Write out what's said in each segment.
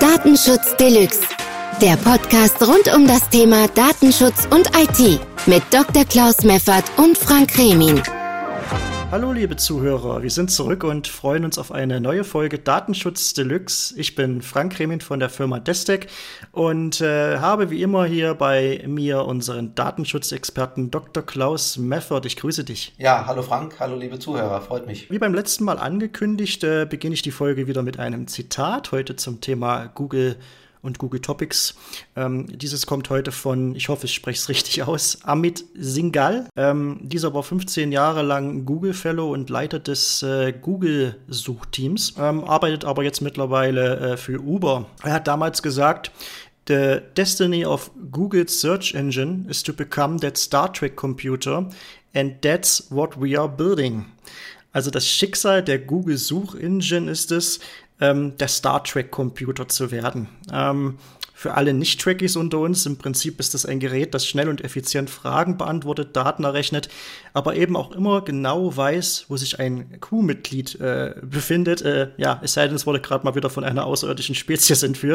Datenschutz Deluxe, der Podcast rund um das Thema Datenschutz und IT mit Dr. Klaus Meffert und Frank Remin. Hallo liebe Zuhörer, wir sind zurück und freuen uns auf eine neue Folge Datenschutz Deluxe. Ich bin Frank Remin von der Firma Destec und habe wie immer hier bei mir unseren Datenschutzexperten Dr. Klaus Meffert. Ich grüße dich. Ja, hallo Frank, hallo liebe Zuhörer, freut mich. Wie beim letzten Mal angekündigt, beginne ich die Folge wieder mit einem Zitat, heute zum Thema Google und Google Topics. Dieses kommt heute von, ich hoffe, ich spreche es richtig aus, Amit Singhal. Dieser war 15 Jahre lang Google Fellow und Leiter des Google-Suchteams, arbeitet aber jetzt mittlerweile für Uber. Er hat damals gesagt, The destiny of Google's search engine is to become that Star Trek computer and that's what we are building. Also das Schicksal der Google-Suchengine ist es, der Star Trek-Computer zu werden. Für alle Nicht-Trekkies unter uns, im Prinzip ist das ein Gerät, das schnell und effizient Fragen beantwortet, Daten errechnet, aber eben auch immer genau weiß, wo sich ein Crewmitglied befindet. Ja, es sei denn, es wurde gerade mal wieder von einer außerirdischen Spezies entführt.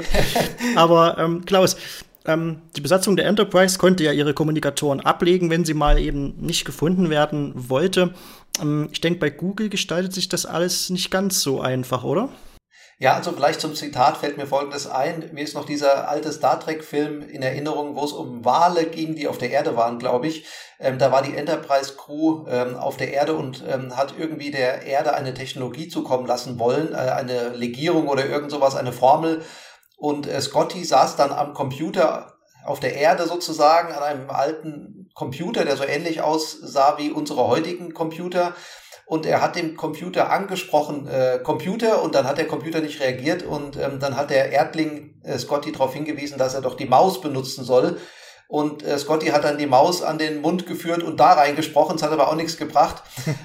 Aber Klaus, die Besatzung der Enterprise konnte ja ihre Kommunikatoren ablegen, wenn sie mal eben nicht gefunden werden wollte. Ich denke, bei Google gestaltet sich das alles nicht ganz so einfach, oder? Ja, also vielleicht zum Zitat fällt mir Folgendes ein. Mir ist noch dieser alte Star Trek-Film in Erinnerung, wo es um Wale ging, die auf der Erde waren, glaube ich. Da war die Enterprise-Crew auf der Erde und hat irgendwie der Erde eine Technologie zukommen lassen wollen, eine Legierung oder irgend sowas, eine Formel. Und Scotty saß dann am Computer auf der Erde sozusagen, an einem alten Computer, der so ähnlich aussah wie unsere heutigen Computer. Und er hat dem Computer angesprochen, Computer, und dann hat der Computer nicht reagiert und dann hat der Erdling Scotty darauf hingewiesen, dass er doch die Maus benutzen soll. Und Scotty hat dann die Maus an den Mund geführt und da reingesprochen, es hat aber auch nichts gebracht.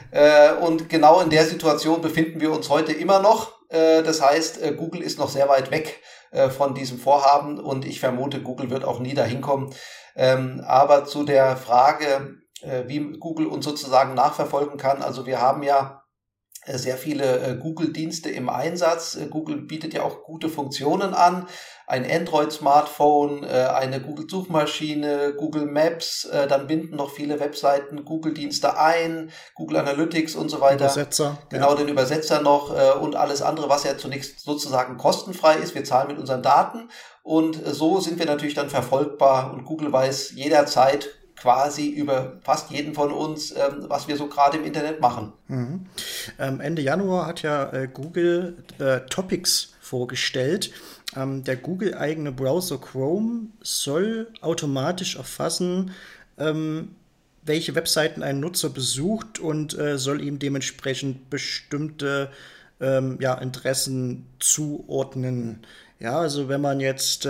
Und genau in der Situation befinden wir uns heute immer noch. Das heißt, Google ist noch sehr weit weg von diesem Vorhaben und ich vermute, Google wird auch nie dahin kommen. Aber zu der Frage, wie Google uns sozusagen nachverfolgen kann. Also wir haben ja sehr viele Google-Dienste im Einsatz. Google bietet ja auch gute Funktionen an. Ein Android-Smartphone, eine Google-Suchmaschine, Google Maps, dann binden noch viele Webseiten Google-Dienste ein, Google Analytics und so weiter. Übersetzer. Genau, ja. Den Übersetzer noch und alles andere, was ja zunächst sozusagen kostenfrei ist. Wir zahlen mit unseren Daten und so sind wir natürlich dann verfolgbar und Google weiß jederzeit quasi über fast jeden von uns, was wir so gerade im Internet machen. Mhm. Ende Januar hat ja Google Topics vorgestellt. Der Google-eigene Browser Chrome soll automatisch erfassen, welche Webseiten ein Nutzer besucht und soll ihm dementsprechend bestimmte Interessen zuordnen. Ja, also wenn man jetzt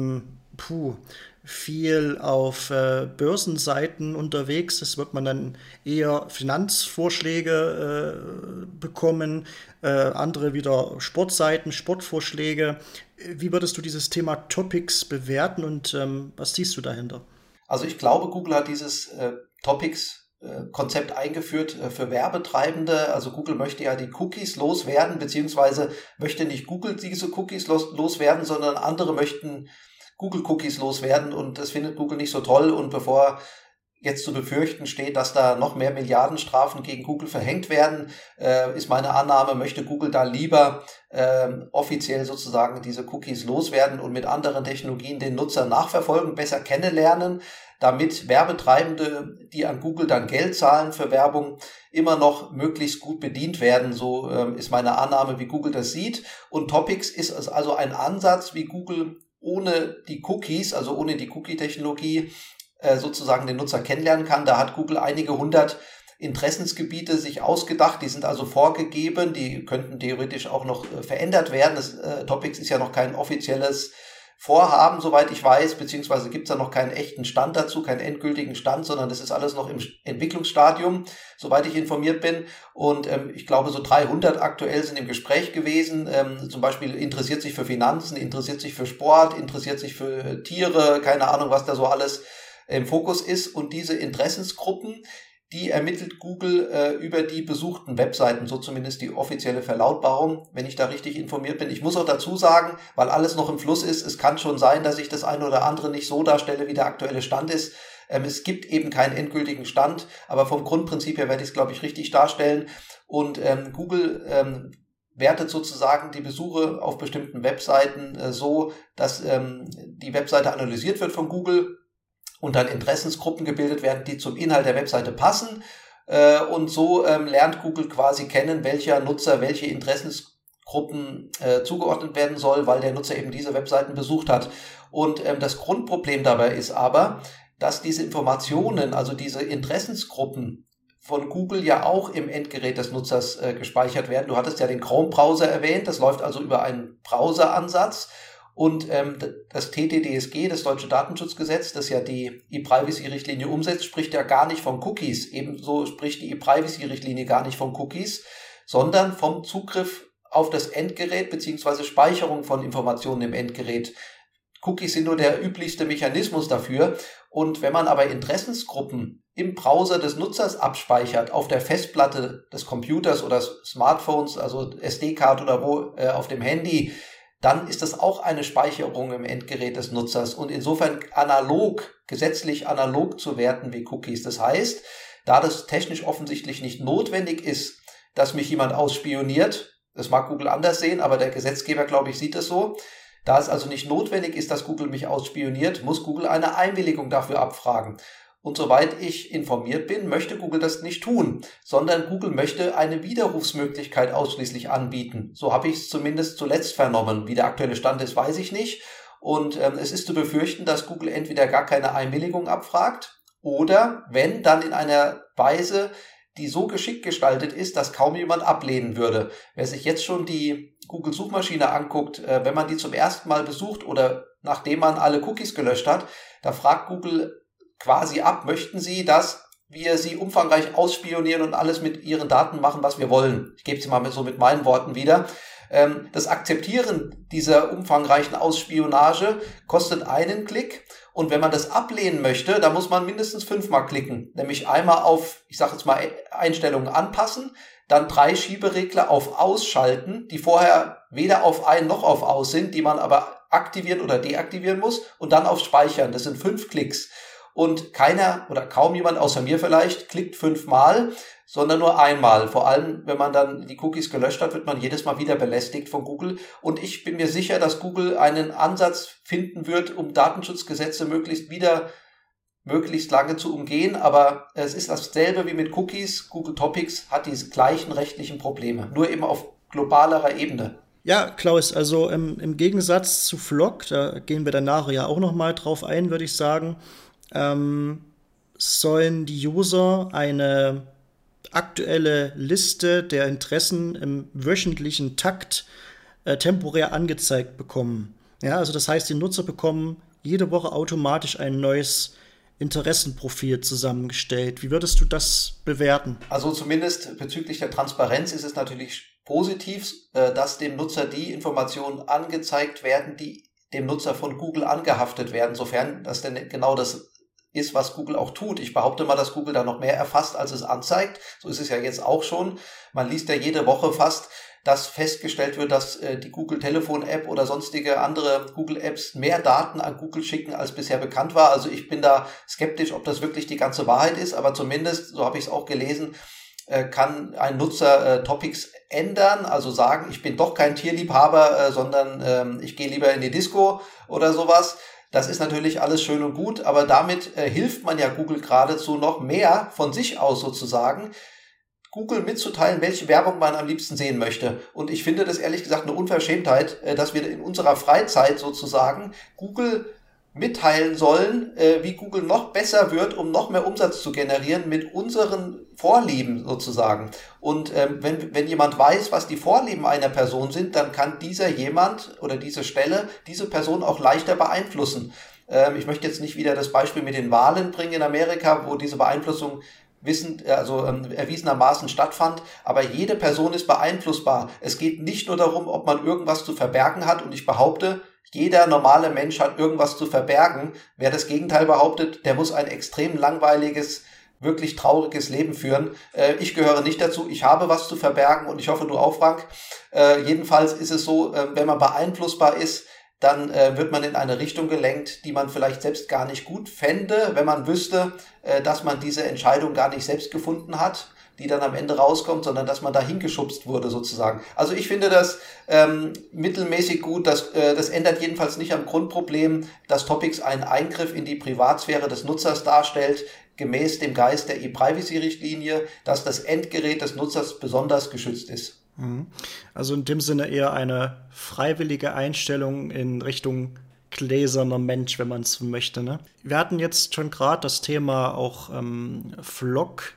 viel auf Börsenseiten unterwegs ist, wird man dann eher Finanzvorschläge bekommen, andere wieder Sportseiten, Sportvorschläge. Wie würdest du dieses Thema Topics bewerten und was siehst du dahinter? Also ich glaube, Google hat dieses Topics-Konzept eingeführt für Werbetreibende. Also Google möchte ja die Cookies loswerden, beziehungsweise möchte nicht Google diese Cookies loswerden, sondern andere möchten Google-Cookies loswerden und das findet Google nicht so toll und bevor jetzt zu befürchten steht, dass da noch mehr Milliardenstrafen gegen Google verhängt werden, ist meine Annahme, möchte Google da lieber offiziell sozusagen diese Cookies loswerden und mit anderen Technologien den Nutzer nachverfolgen, besser kennenlernen, damit Werbetreibende, die an Google dann Geld zahlen für Werbung, immer noch möglichst gut bedient werden. So ist meine Annahme, wie Google das sieht. Und Topics ist also ein Ansatz, wie Google ohne die Cookies, also ohne die Cookie-Technologie sozusagen den Nutzer kennenlernen kann. Da hat Google einige 100 Interessensgebiete sich ausgedacht, die sind also vorgegeben, die könnten theoretisch auch noch verändert werden. Das Topics ist ja noch kein offizielles Vorhaben, soweit ich weiß, beziehungsweise gibt es da noch keinen echten Stand dazu, keinen endgültigen Stand, sondern das ist alles noch im Entwicklungsstadium, soweit ich informiert bin. Und ich glaube, so 300 aktuell sind im Gespräch gewesen. Zum Beispiel interessiert sich für Finanzen, interessiert sich für Sport, interessiert sich für Tiere, keine Ahnung, was da so alles im Fokus ist. Und diese Interessensgruppen, die ermittelt Google über die besuchten Webseiten, so zumindest die offizielle Verlautbarung, wenn ich da richtig informiert bin. Ich muss auch dazu sagen, weil alles noch im Fluss ist, es kann schon sein, dass ich das eine oder andere nicht so darstelle, wie der aktuelle Stand ist. Es gibt eben keinen endgültigen Stand, aber vom Grundprinzip her werde ich es, glaube ich, richtig darstellen. Und Google wertet sozusagen die Besuche auf bestimmten Webseiten so, dass die Webseite analysiert wird von Google und dann Interessensgruppen gebildet werden, die zum Inhalt der Webseite passen. Und so lernt Google quasi kennen, welcher Nutzer welche Interessensgruppen zugeordnet werden soll, weil der Nutzer eben diese Webseiten besucht hat. Und das Grundproblem dabei ist aber, dass diese Informationen, also diese Interessensgruppen von Google ja auch im Endgerät des Nutzers gespeichert werden. Du hattest ja den Chrome-Browser erwähnt, das läuft also über einen Browseransatz. Und das TTDSG, das Deutsche Datenschutzgesetz, das ja die E-Privacy-Richtlinie umsetzt, spricht ja gar nicht von Cookies. Ebenso spricht die E-Privacy-Richtlinie gar nicht von Cookies, sondern vom Zugriff auf das Endgerät bzw. Speicherung von Informationen im Endgerät. Cookies sind nur der üblichste Mechanismus dafür. Und wenn man aber Interessensgruppen im Browser des Nutzers abspeichert, auf der Festplatte des Computers oder Smartphones, also SD-Karte oder wo auf dem Handy, dann ist das auch eine Speicherung im Endgerät des Nutzers und insofern gesetzlich analog zu werten wie Cookies. Das heißt, da das technisch offensichtlich nicht notwendig ist, dass mich jemand ausspioniert, das mag Google anders sehen, aber der Gesetzgeber, glaube ich, sieht es so. Da es also nicht notwendig ist, dass Google mich ausspioniert, muss Google eine Einwilligung dafür abfragen. Und soweit ich informiert bin, möchte Google das nicht tun, sondern Google möchte eine Widerrufsmöglichkeit ausschließlich anbieten. So habe ich es zumindest zuletzt vernommen. Wie der aktuelle Stand ist, weiß ich nicht. Und es ist zu befürchten, dass Google entweder gar keine Einwilligung abfragt oder, wenn, dann in einer Weise, die so geschickt gestaltet ist, dass kaum jemand ablehnen würde. Wer sich jetzt schon die Google-Suchmaschine anguckt, wenn man die zum ersten Mal besucht oder nachdem man alle Cookies gelöscht hat, da fragt Google quasi ab, möchten Sie, dass wir Sie umfangreich ausspionieren und alles mit Ihren Daten machen, was wir wollen. Ich gebe es mal so mit meinen Worten wieder. Das Akzeptieren dieser umfangreichen Ausspionage kostet einen Klick. Und wenn man das ablehnen möchte, dann muss man mindestens 5-mal klicken. Nämlich einmal auf, ich sage jetzt mal, Einstellungen anpassen, dann 3 Schieberegler auf Ausschalten, die vorher weder auf Ein- noch auf Aus sind, die man aber aktivieren oder deaktivieren muss und dann auf Speichern. Das sind 5 Klicks. Und keiner oder kaum jemand, außer mir vielleicht, klickt 5-mal, sondern nur einmal. Vor allem, wenn man dann die Cookies gelöscht hat, wird man jedes Mal wieder belästigt von Google. Und ich bin mir sicher, dass Google einen Ansatz finden wird, um Datenschutzgesetze möglichst lange zu umgehen. Aber es ist dasselbe wie mit Cookies. Google Topics hat diese gleichen rechtlichen Probleme, nur eben auf globalerer Ebene. Ja, Klaus, also im Gegensatz zu FLoC, da gehen wir danach ja auch noch mal drauf ein, würde ich sagen, sollen die User eine aktuelle Liste der Interessen im wöchentlichen Takt temporär angezeigt bekommen. Ja, also das heißt, die Nutzer bekommen jede Woche automatisch ein neues Interessenprofil zusammengestellt. Wie würdest du das bewerten? Also zumindest bezüglich der Transparenz ist es natürlich positiv, dass dem Nutzer die Informationen angezeigt werden, die dem Nutzer von Google angehaftet werden, sofern das denn genau das ist, was Google auch tut. Ich behaupte mal, dass Google da noch mehr erfasst, als es anzeigt. So ist es ja jetzt auch schon. Man liest ja jede Woche fast, dass festgestellt wird, dass die Google-Telefon-App oder sonstige andere Google-Apps mehr Daten an Google schicken, als bisher bekannt war. Also ich bin da skeptisch, ob das wirklich die ganze Wahrheit ist, aber zumindest, so habe ich es auch gelesen, kann ein Nutzer Topics ändern, also sagen, ich bin doch kein Tierliebhaber, sondern ich gehe lieber in die Disco oder sowas. Das ist natürlich alles schön und gut, aber damit hilft man ja Google geradezu noch mehr von sich aus sozusagen, Google mitzuteilen, welche Werbung man am liebsten sehen möchte. Und ich finde das ehrlich gesagt eine Unverschämtheit, dass wir in unserer Freizeit sozusagen Google mitteilen sollen, wie Google noch besser wird, um noch mehr Umsatz zu generieren mit unseren Vorlieben sozusagen. Und wenn jemand weiß, was die Vorlieben einer Person sind, dann kann dieser jemand oder diese Stelle diese Person auch leichter beeinflussen. Ich möchte jetzt nicht wieder das Beispiel mit den Wahlen bringen in Amerika, wo diese Beeinflussung erwiesenermaßen stattfand, aber jede Person ist beeinflussbar. Es geht nicht nur darum, ob man irgendwas zu verbergen hat, und ich behaupte, jeder normale Mensch hat irgendwas zu verbergen. Wer das Gegenteil behauptet, der muss ein extrem langweiliges wirklich trauriges Leben führen. Ich gehöre nicht dazu. Ich habe was zu verbergen und ich hoffe, du auch, Frank. Jedenfalls ist es so, wenn man beeinflussbar ist, dann wird man in eine Richtung gelenkt, die man vielleicht selbst gar nicht gut fände, wenn man wüsste, dass man diese Entscheidung gar nicht selbst gefunden hat, die dann am Ende rauskommt, sondern dass man da hingeschubst wurde sozusagen. Also ich finde das mittelmäßig gut. Das ändert jedenfalls nicht am Grundproblem, dass Topics einen Eingriff in die Privatsphäre des Nutzers darstellt, gemäß dem Geist der E-Privacy-Richtlinie, dass das Endgerät des Nutzers besonders geschützt ist. Also in dem Sinne eher eine freiwillige Einstellung in Richtung gläserner Mensch, wenn man es möchte, ne? Wir hatten jetzt schon gerade das Thema auch Vlog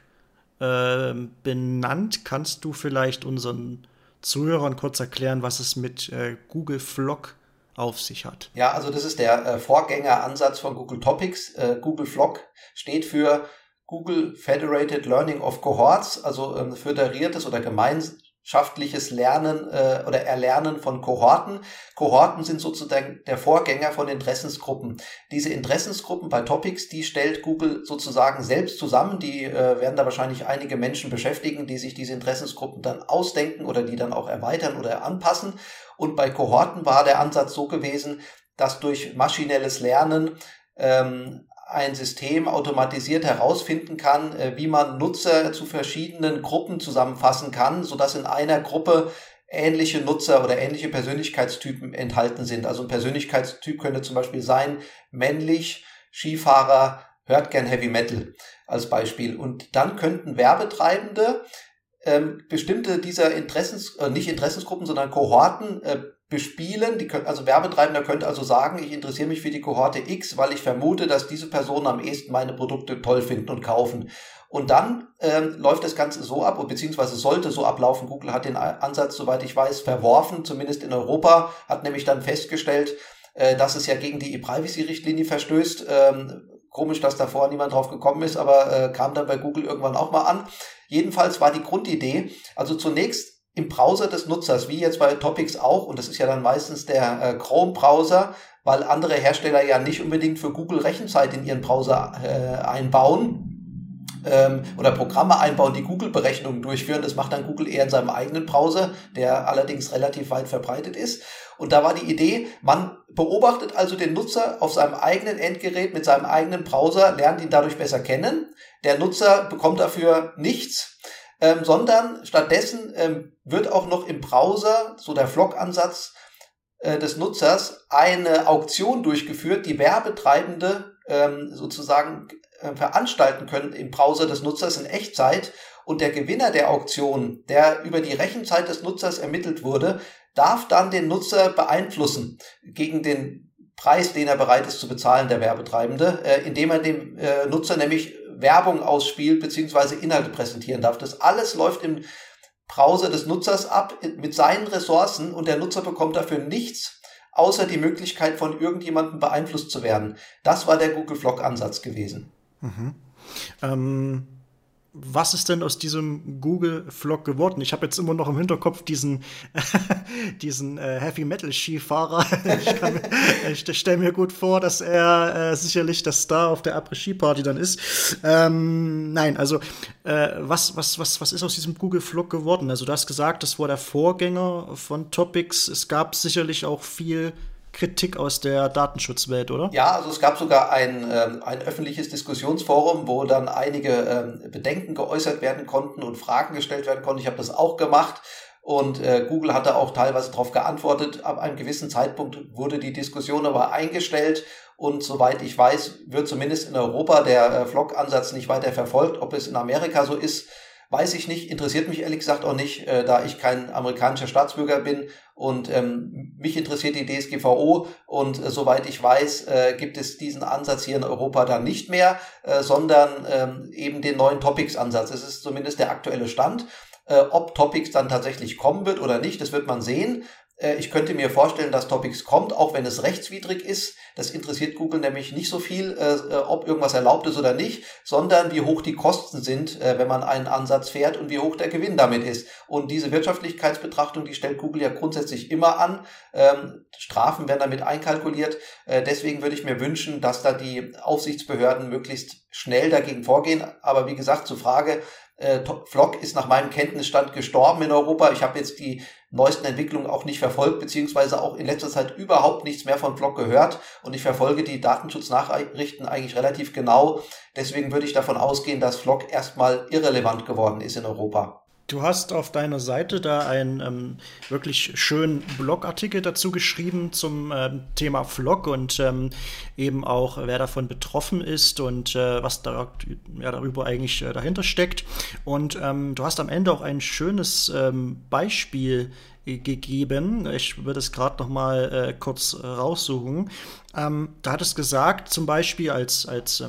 benannt. Kannst du vielleicht unseren Zuhörern kurz erklären, was es mit Google Vlog auf sich hat? Ja, also das ist der Vorgängeransatz von Google Topics. Google Vlog steht für Google Federated Learning of Cohorts, also föderiertes oder gemeinschaftliches Lernen oder Erlernen von Kohorten. Kohorten sind sozusagen der Vorgänger von Interessensgruppen. Diese Interessensgruppen bei Topics, die stellt Google sozusagen selbst zusammen. Die werden da wahrscheinlich einige Menschen beschäftigen, die sich diese Interessensgruppen dann ausdenken oder die dann auch erweitern oder anpassen. Und bei Kohorten war der Ansatz so gewesen, dass durch maschinelles Lernen ein System automatisiert herausfinden kann, wie man Nutzer zu verschiedenen Gruppen zusammenfassen kann, sodass in einer Gruppe ähnliche Nutzer oder ähnliche Persönlichkeitstypen enthalten sind. Also ein Persönlichkeitstyp könnte zum Beispiel sein, männlich, Skifahrer, hört gern Heavy Metal als Beispiel. Und dann könnten Werbetreibende bestimmte dieser nicht Interessensgruppen, sondern Kohorten bespielen. Also Werbetreibender könnte also sagen, ich interessiere mich für die Kohorte X, weil ich vermute, dass diese Personen am ehesten meine Produkte toll finden und kaufen. Und dann läuft das Ganze so ab, beziehungsweise sollte so ablaufen. Google hat den Ansatz, soweit ich weiß, verworfen, zumindest in Europa, hat nämlich dann festgestellt, dass es ja gegen die E-Privacy-Richtlinie verstößt. Komisch, dass davor niemand drauf gekommen ist, aber kam dann bei Google irgendwann auch mal an. Jedenfalls war die Grundidee, also zunächst im Browser des Nutzers, wie jetzt bei Topics auch, und das ist ja dann meistens der Chrome-Browser, weil andere Hersteller ja nicht unbedingt für Google Rechenzeit in ihren Browser einbauen oder Programme einbauen, die Google-Berechnungen durchführen. Das macht dann Google eher in seinem eigenen Browser, der allerdings relativ weit verbreitet ist. Und da war die Idee, man beobachtet also den Nutzer auf seinem eigenen Endgerät mit seinem eigenen Browser, lernt ihn dadurch besser kennen. Der Nutzer bekommt dafür nichts, sondern stattdessen wird auch noch im Browser, so der Vlog-Ansatz des Nutzers, eine Auktion durchgeführt, die Werbetreibende sozusagen veranstalten können im Browser des Nutzers in Echtzeit. Und der Gewinner der Auktion, der über die Rechenzeit des Nutzers ermittelt wurde, darf dann den Nutzer beeinflussen gegen den Preis, den er bereit ist zu bezahlen, der Werbetreibende, indem er dem Nutzer nämlich Werbung ausspielt bzw. Inhalte präsentieren darf. Das alles läuft im Browser des Nutzers ab mit seinen Ressourcen und der Nutzer bekommt dafür nichts, außer die Möglichkeit von irgendjemandem beeinflusst zu werden. Das war der Google Vlog-Ansatz gewesen. Was ist denn aus diesem Google Vlog geworden? Ich habe jetzt immer noch im Hinterkopf diesen Heavy Metal Skifahrer. Ich stelle mir gut vor, dass er sicherlich der Star auf der Après-Ski-Party dann ist. Nein, also was ist aus diesem Google Vlog geworden? Also du hast gesagt, das war der Vorgänger von Topics. Es gab sicherlich auch viel Kritik aus der Datenschutzwelt, oder? Ja, also es gab sogar ein öffentliches Diskussionsforum, wo dann einige Bedenken geäußert werden konnten und Fragen gestellt werden konnten. Ich habe das auch gemacht und Google hatte auch teilweise darauf geantwortet. Ab einem gewissen Zeitpunkt wurde die Diskussion aber eingestellt und soweit ich weiß, wird zumindest in Europa der Vlog-Ansatz nicht weiter verfolgt. Ob es in Amerika so ist, weiß ich nicht, interessiert mich ehrlich gesagt auch nicht, da ich kein amerikanischer Staatsbürger bin und mich interessiert die DSGVO und soweit ich weiß, gibt es diesen Ansatz hier in Europa dann nicht mehr, sondern eben den neuen Topics-Ansatz. Es ist zumindest der aktuelle Stand. Ob Topics dann tatsächlich kommen wird oder nicht, das wird man sehen. Ich könnte mir vorstellen, dass Topics kommt, auch wenn es rechtswidrig ist. Das interessiert Google nämlich nicht so viel, ob irgendwas erlaubt ist oder nicht, sondern wie hoch die Kosten sind, wenn man einen Ansatz fährt und wie hoch der Gewinn damit ist. Und diese Wirtschaftlichkeitsbetrachtung, die stellt Google ja grundsätzlich immer an. Strafen werden damit einkalkuliert. Deswegen würde ich mir wünschen, dass da die Aufsichtsbehörden möglichst schnell dagegen vorgehen. Aber wie gesagt, zur Frage, FLoC ist nach meinem Kenntnisstand gestorben in Europa. Ich habe jetzt die neuesten Entwicklungen auch nicht verfolgt, beziehungsweise auch in letzter Zeit überhaupt nichts mehr von FLoC gehört. Und ich verfolge die Datenschutznachrichten eigentlich relativ genau. Deswegen würde ich davon ausgehen, dass FLoC erstmal irrelevant geworden ist in Europa. Du hast auf deiner Seite da einen wirklich schönen Blogartikel dazu geschrieben zum Thema FLoC und eben auch, wer davon betroffen ist und was darüber eigentlich dahinter steckt. Und du hast am Ende auch ein schönes Beispiel gegeben. Ich würde es gerade noch mal kurz raussuchen. Da hat es gesagt, zum Beispiel als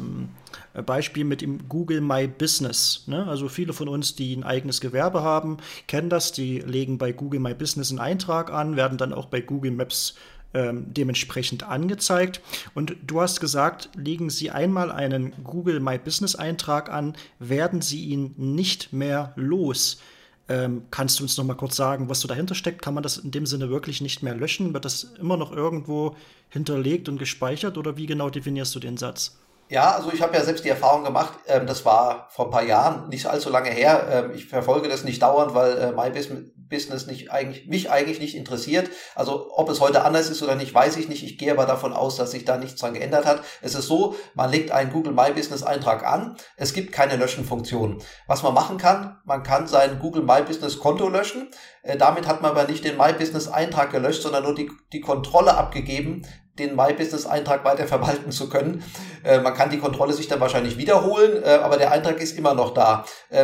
Beispiel mit dem Google My Business. Ne? Also viele von uns, die ein eigenes Gewerbe haben, kennen das. Die legen bei Google My Business einen Eintrag an, werden dann auch bei Google Maps dementsprechend angezeigt. Und du hast gesagt, legen Sie einmal einen Google My Business Eintrag an, werden Sie ihn nicht mehr los. Kannst du uns noch mal kurz sagen, was so dahinter steckt? Kann man das in dem Sinne wirklich nicht mehr löschen? Wird das immer noch irgendwo hinterlegt und gespeichert? Oder wie genau definierst du den Satz? Ja, also ich habe ja selbst die Erfahrung gemacht, das war vor ein paar Jahren, nicht allzu lange her. Ich verfolge das nicht dauernd, weil My Business mich eigentlich nicht interessiert. Also ob es heute anders ist oder nicht, weiß ich nicht. Ich gehe aber davon aus, dass sich da nichts dran geändert hat. Es ist so, man legt einen Google My Business Eintrag an. Es gibt keine Löschen-Funktion. Was man machen kann, man kann sein Google My Business Konto löschen. Damit hat man aber nicht den My Business Eintrag gelöscht, sondern nur die Kontrolle abgegeben, den My Business Eintrag weiter verwalten zu können. Man kann die Kontrolle sich dann wahrscheinlich wiederholen, aber der Eintrag ist immer noch da.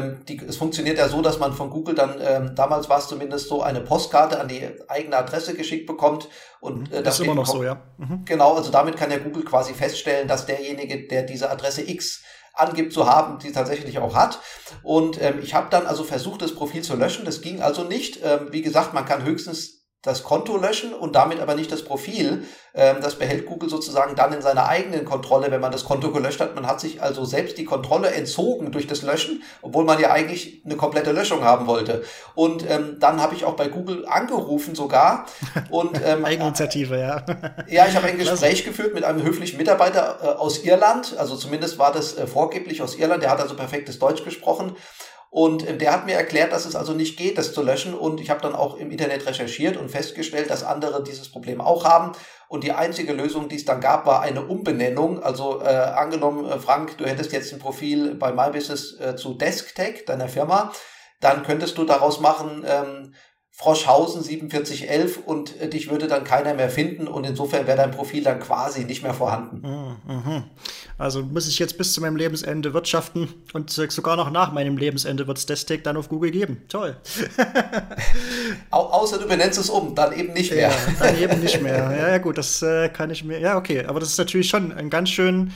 Es funktioniert ja so, dass man von Google dann, damals war es zumindest so, eine Postkarte an die eigene Adresse geschickt bekommt. Und das ist immer noch so, ja. Genau, also damit kann ja Google quasi feststellen, dass derjenige, der diese Adresse X angibt zu haben, die tatsächlich auch hat. Und ich habe dann also versucht, das Profil zu löschen. Das ging also nicht. Wie gesagt, man kann höchstens das Konto löschen und damit aber nicht das Profil. Das behält Google sozusagen dann in seiner eigenen Kontrolle, wenn man das Konto gelöscht hat. Man hat sich also selbst die Kontrolle entzogen durch das Löschen, obwohl man ja eigentlich eine komplette Löschung haben wollte. Und dann habe ich auch bei Google angerufen sogar. Und Eigeninitiative, ja. Ja, ich habe ein Gespräch geführt mit einem höflichen Mitarbeiter aus Irland. Also zumindest war das vorgeblich aus Irland. Der hat also perfektes Deutsch gesprochen. Und der hat mir erklärt, dass es also nicht geht, das zu löschen. Und ich habe dann auch im Internet recherchiert und festgestellt, dass andere dieses Problem auch haben. Und die einzige Lösung, die es dann gab, war eine Umbenennung. Also angenommen, Frank, du hättest jetzt ein Profil bei MyBusiness zu DeskTech, deiner Firma. Dann könntest du daraus machen Froschhausen 4711 und dich würde dann keiner mehr finden. Und insofern wäre dein Profil dann quasi nicht mehr vorhanden. Also muss ich jetzt bis zu meinem Lebensende wirtschaften und sogar noch nach meinem Lebensende wird es DeskTech dann auf Google geben. Toll. Außer du benennst es um, dann eben nicht mehr. Ja, dann eben nicht mehr. Ja, gut, das kann ich mir. Ja, okay, aber das ist natürlich schon ein ganz schöner,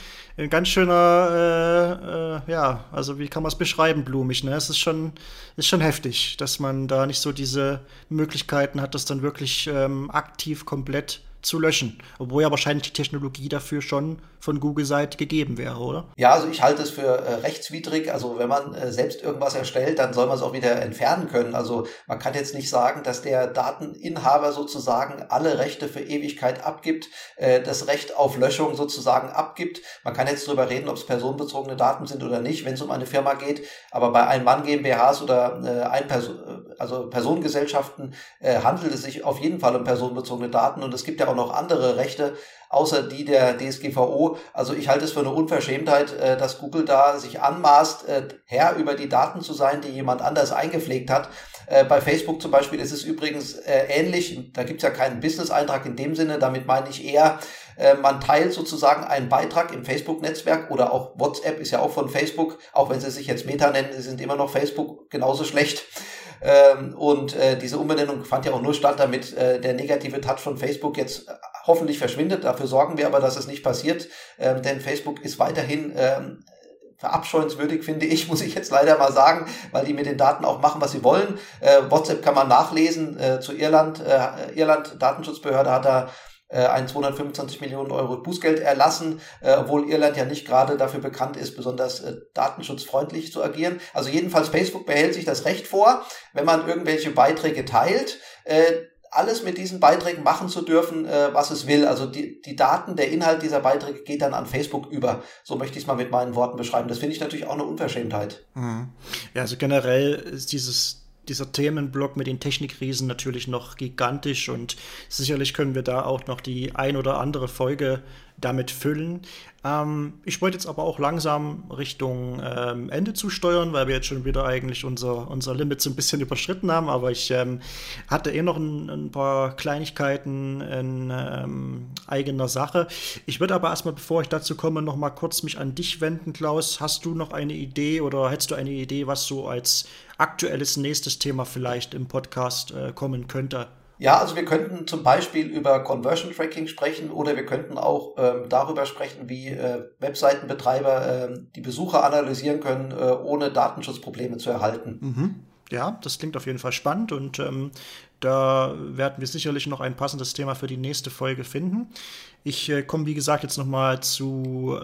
also wie kann man es beschreiben, blumig, ne? Es ist schon heftig, dass man da nicht so diese Möglichkeiten hat, das dann wirklich aktiv komplett zu löschen. Obwohl ja wahrscheinlich die Technologie dafür schon von Google-Seite gegeben wäre, oder? Ja, also ich halte es für rechtswidrig. Also wenn man selbst irgendwas erstellt, dann soll man es auch wieder entfernen können. Also man kann jetzt nicht sagen, dass der Dateninhaber sozusagen alle Rechte für Ewigkeit abgibt, das Recht auf Löschung sozusagen abgibt. Man kann jetzt drüber reden, ob es personenbezogene Daten sind oder nicht, wenn es um eine Firma geht. Aber bei Ein-Mann GmbHs oder Personengesellschaften handelt es sich auf jeden Fall um personenbezogene Daten. Und es gibt ja auch noch andere Rechte, außer die der DSGVO. Also ich halte es für eine Unverschämtheit, dass Google da sich anmaßt, Herr über die Daten zu sein, die jemand anders eingepflegt hat. Bei Facebook zum Beispiel ist es übrigens ähnlich. Da gibt es ja keinen Business-Eintrag in dem Sinne. Damit meine ich eher, man teilt sozusagen einen Beitrag im Facebook-Netzwerk oder auch WhatsApp ist ja auch von Facebook, auch wenn sie sich jetzt Meta nennen, sie sind immer noch Facebook genauso schlecht. Und diese Umbenennung fand ja auch nur statt, damit der negative Touch von Facebook jetzt hoffentlich verschwindet. Dafür sorgen wir aber, dass es nicht passiert, denn Facebook ist weiterhin verabscheuenswürdig, finde ich, muss ich jetzt leider mal sagen, weil die mit den Daten auch machen, was sie wollen. WhatsApp kann man nachlesen zu Irland. Irland, Datenschutzbehörde, hat da ein 225 Millionen Euro Bußgeld erlassen, obwohl Irland ja nicht gerade dafür bekannt ist, besonders datenschutzfreundlich zu agieren. Also jedenfalls Facebook behält sich das Recht vor, wenn man irgendwelche Beiträge teilt, alles mit diesen Beiträgen machen zu dürfen, was es will. Also die Daten, der Inhalt dieser Beiträge geht dann an Facebook über. So möchte ich es mal mit meinen Worten beschreiben. Das finde ich natürlich auch eine Unverschämtheit. Ja, also generell ist dieser Themenblock mit den Technikriesen natürlich noch gigantisch und sicherlich können wir da auch noch die ein oder andere Folge damit füllen. Ich wollte jetzt aber auch langsam Richtung Ende zusteuern, weil wir jetzt schon wieder eigentlich unser Limit so ein bisschen überschritten haben, aber ich hatte noch ein paar Kleinigkeiten in eigener Sache. Ich würde aber erstmal, bevor ich dazu komme, noch mal kurz mich an dich wenden, Klaus. Hast du noch eine Idee oder hättest du eine Idee, was so als aktuelles nächstes Thema vielleicht im Podcast kommen könnte? Ja, also wir könnten zum Beispiel über Conversion Tracking sprechen oder wir könnten auch darüber sprechen, wie Webseitenbetreiber die Besucher analysieren können, ohne Datenschutzprobleme zu erhalten. Ja, das klingt auf jeden Fall spannend und da werden wir sicherlich noch ein passendes Thema für die nächste Folge finden. Ich komme, wie gesagt, jetzt nochmal zu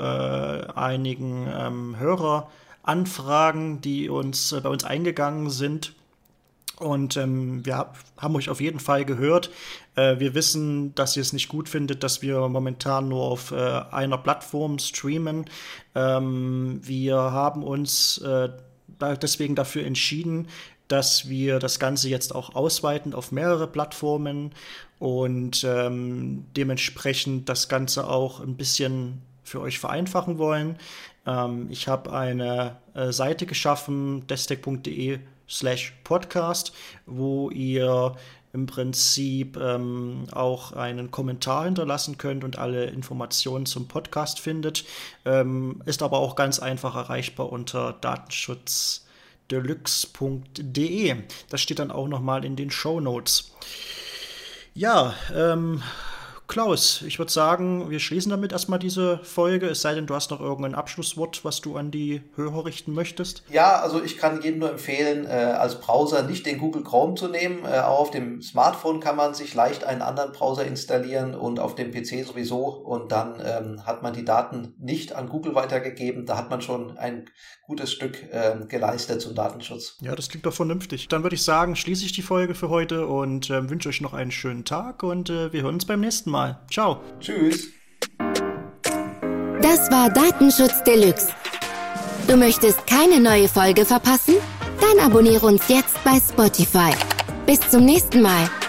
einigen Höreranfragen, die bei uns eingegangen sind. Und wir haben euch auf jeden Fall gehört. Wir wissen, dass ihr es nicht gut findet, dass wir momentan nur auf einer Plattform streamen. Wir haben uns deswegen dafür entschieden, dass wir das Ganze jetzt auch ausweiten auf mehrere Plattformen und dementsprechend das Ganze auch ein bisschen für euch vereinfachen wollen. Ich habe eine Seite geschaffen, destec.de/podcast, wo ihr im Prinzip auch einen Kommentar hinterlassen könnt und alle Informationen zum Podcast findet. Ist aber auch ganz einfach erreichbar unter datenschutzdeluxe.de. Das steht dann auch nochmal in den Shownotes. Ja, Klaus, ich würde sagen, wir schließen damit erstmal diese Folge, es sei denn, du hast noch irgendein Abschlusswort, was du an die Hörer richten möchtest. Ja, also ich kann jedem nur empfehlen, als Browser nicht den Google Chrome zu nehmen. Auch auf dem Smartphone kann man sich leicht einen anderen Browser installieren und auf dem PC sowieso. Und dann hat man die Daten nicht an Google weitergegeben. Da hat man schon ein gutes Stück geleistet zum Datenschutz. Ja, das klingt doch vernünftig. Dann würde ich sagen, schließe ich die Folge für heute und wünsche euch noch einen schönen Tag und wir hören uns beim nächsten Mal. Ciao. Tschüss. Das war Datenschutz Deluxe. Du möchtest keine neue Folge verpassen? Dann abonniere uns jetzt bei Spotify. Bis zum nächsten Mal.